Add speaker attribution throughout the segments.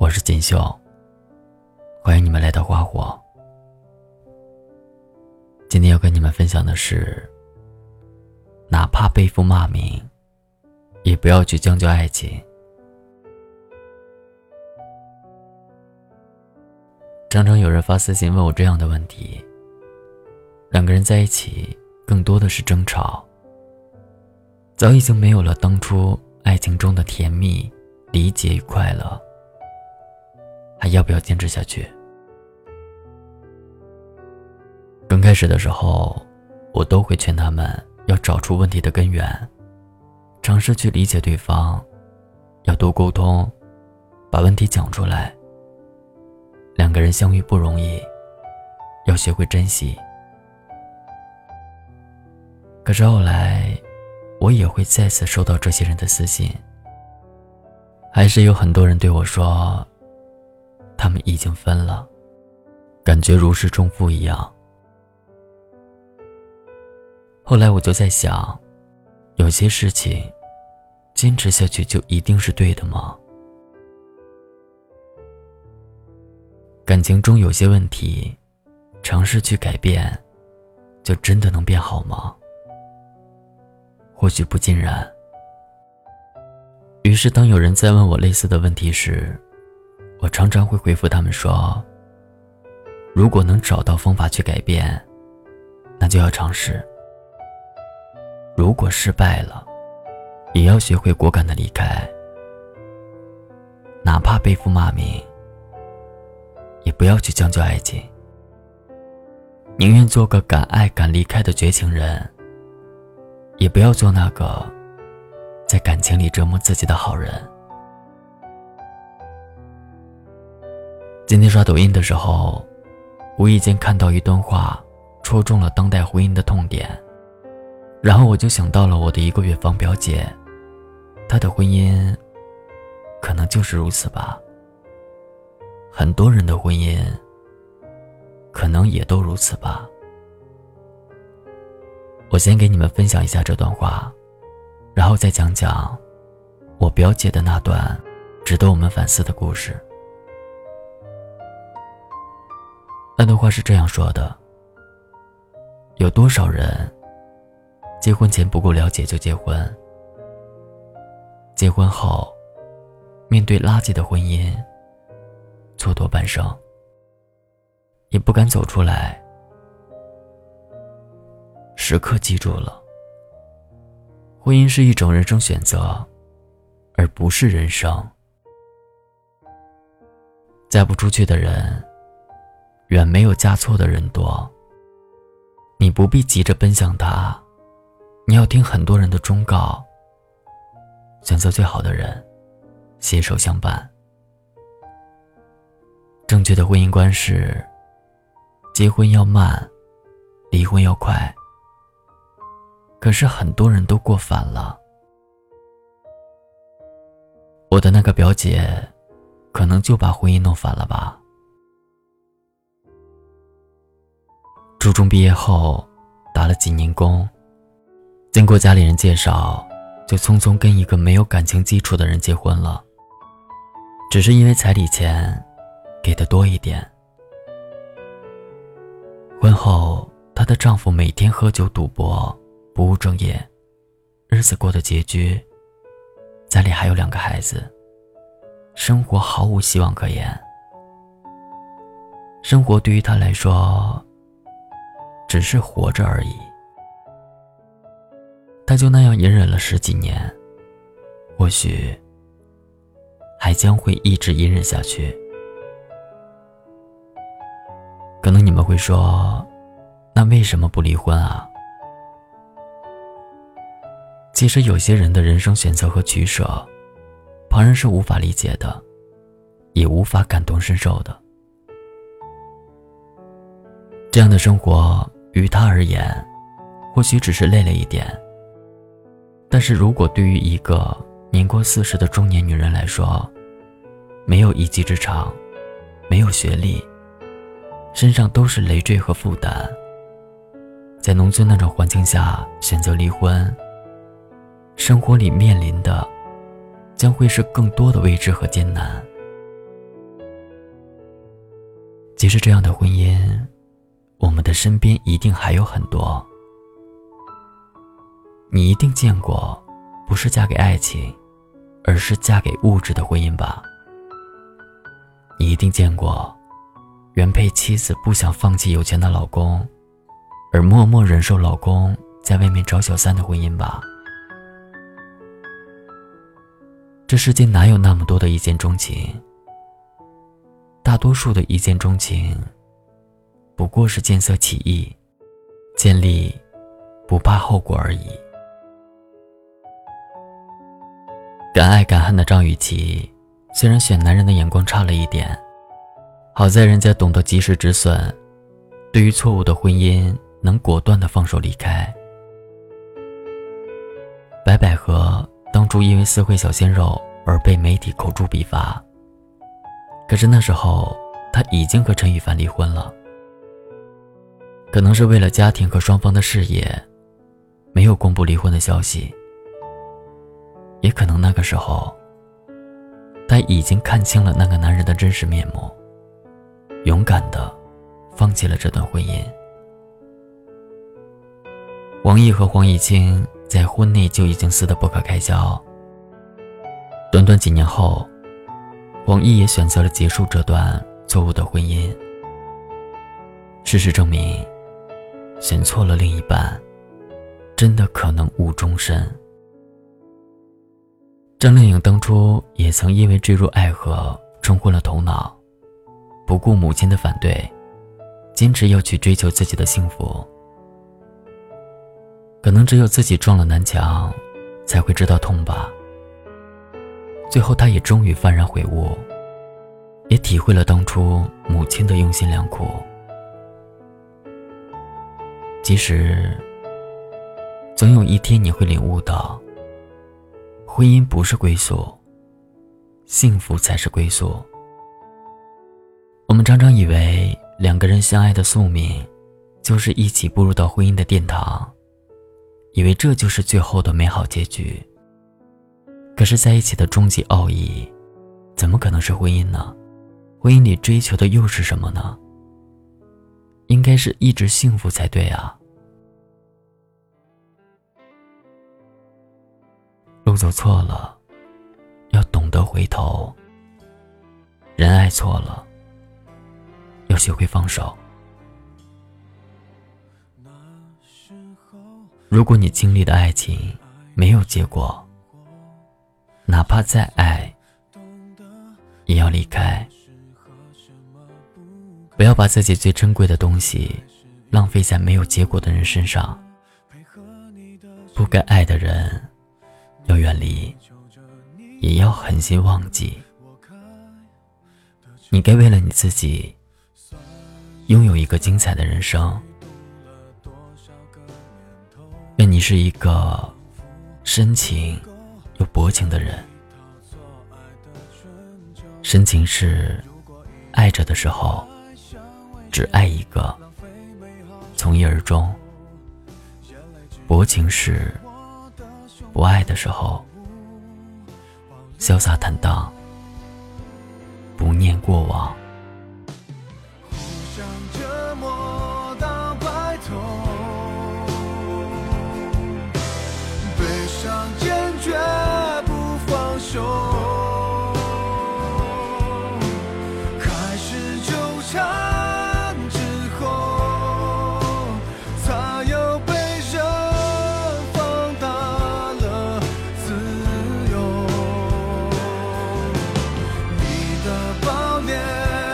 Speaker 1: 我是锦绣，欢迎你们来到花火。今天要跟你们分享的是，哪怕背负骂名，也不要去将就爱情。常常有人发私信问我这样的问题，两个人在一起更多的是争吵，早已经没有了当初爱情中的甜蜜、理解与快乐，还要不要坚持下去？刚开始的时候，我都会劝他们要找出问题的根源，尝试去理解对方，要多沟通，把问题讲出来。两个人相遇不容易，要学会珍惜。可是后来，我也会再次收到这些人的私信，还是有很多人对我说，他们已经分了，感觉如释重负一样。后来我就在想，有些事情坚持下去就一定是对的吗？感情中有些问题，尝试去改变，就真的能变好吗？或许不尽然。于是当有人在问我类似的问题时，我常常会回复他们说，如果能找到方法去改变，那就要尝试。如果失败了，也要学会果敢地离开。哪怕背负骂名，也不要去将就爱情。宁愿做个敢爱敢离开的绝情人，也不要做那个在感情里折磨自己的好人。今天刷抖音的时候，无意间看到一段话，戳中了当代婚姻的痛点，然后我就想到了我的一个远房表姐，她的婚姻可能就是如此吧。很多人的婚姻可能也都如此吧。我先给你们分享一下这段话，然后再讲讲我表姐的那段值得我们反思的故事。那段话是这样说的，有多少人结婚前不够了解就结婚，结婚后面对垃圾的婚姻蹉跎半生，也不敢走出来。时刻记住了，婚姻是一种人生选择，而不是人生。嫁不出去的人远没有嫁错的人多，你不必急着奔向他，你要听很多人的忠告，选择最好的人，携手相伴。正确的婚姻观是，结婚要慢，离婚要快。可是很多人都过反了。我的那个表姐，可能就把婚姻弄反了吧。初中毕业后，打了几年工，经过家里人介绍，就匆匆跟一个没有感情基础的人结婚了，只是因为彩礼钱给的多一点。婚后，她的丈夫每天喝酒赌博，不务正业，日子过得拮据，家里还有2个孩子，生活毫无希望可言。生活对于她来说，只是活着而已。她就那样隐忍了10几年，或许还将会一直隐忍下去。可能你们会说，那为什么不离婚啊？其实有些人的人生选择和取舍，旁人是无法理解的，也无法感同身受的。这样的生活于他而言，或许只是累了一点，但是如果对于一个年过40的中年女人来说，没有一技之长，没有学历，身上都是累赘和负担，在农村那种环境下选择离婚，生活里面临的将会是更多的未知和艰难。 即使这样的婚姻，我们的身边一定还有很多。你一定见过，不是嫁给爱情，而是嫁给物质的婚姻吧？你一定见过，原配妻子不想放弃有钱的老公，而默默忍受老公在外面找小三的婚姻吧？这世间哪有那么多的一见钟情？大多数的一见钟情，不过是见色起意，建立不怕后果而已。敢爱敢恨的张雨绮，虽然选男人的眼光差了一点，好在人家懂得及时止损，对于错误的婚姻能果断地放手离开。白百合当初因为私会小鲜肉而被媒体口诛笔伐，可是那时候她已经和陈羽凡离婚了。可能是为了家庭和双方的事业，没有公布离婚的消息，也可能那个时候她已经看清了那个男人的真实面目，勇敢地放弃了这段婚姻。王毅和黄毅清在婚内就已经撕得不可开交，短短几年后，王毅也选择了结束这段错误的婚姻。事实证明，选错了另一半，真的可能误终身。张靓颖当初也曾因为坠入爱河冲昏了头脑，不顾母亲的反对，坚持要去追求自己的幸福。可能只有自己撞了南墙，才会知道痛吧。最后她也终于幡然悔悟，也体会了当初母亲的用心良苦。其实总有一天你会领悟到，婚姻不是归宿，幸福才是归宿。我们常常以为两个人相爱的宿命就是一起步入到婚姻的殿堂，以为这就是最后的美好结局。可是在一起的终极奥义，怎么可能是婚姻呢？婚姻里追求的又是什么呢？应该是一直幸福才对啊。路走错了，要懂得回头；人爱错了，要学会放手。如果你经历的爱情没有结果，哪怕再爱，也要离开。不要把自己最珍贵的东西浪费在没有结果的人身上。不该爱的人要远离，也要狠心忘记。你该为了你自己拥有一个精彩的人生。愿你是一个深情又薄情的人。深情是爱着的时候只爱一个，从一而终；薄情是不爱的时候潇洒坦荡，不念过往。
Speaker 2: 互相折磨到白头，悲伤坚决不放手，开始纠缠之后，才有被人放大了自由。你的抱脸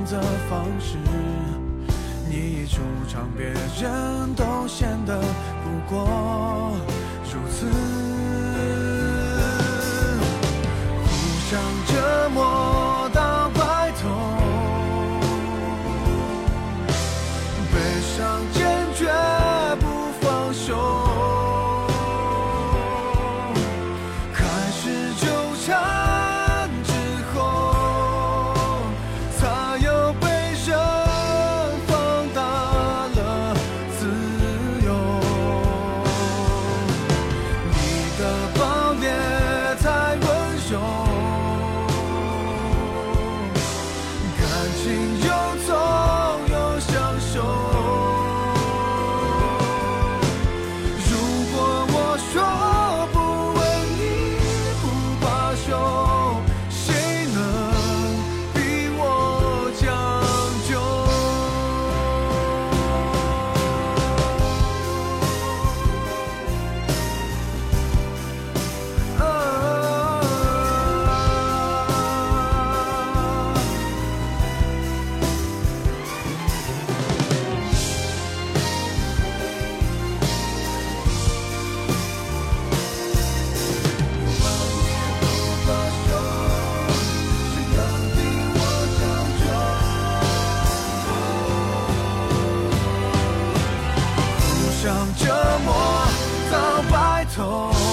Speaker 2: 择方式，你一出场，别人都显得不过如此，互相折磨到白头，悲伤坚决不放手，开始纠缠之后，才有被人放大了自由。你的暴烈太温柔，感情又痛又享受。折磨到白头。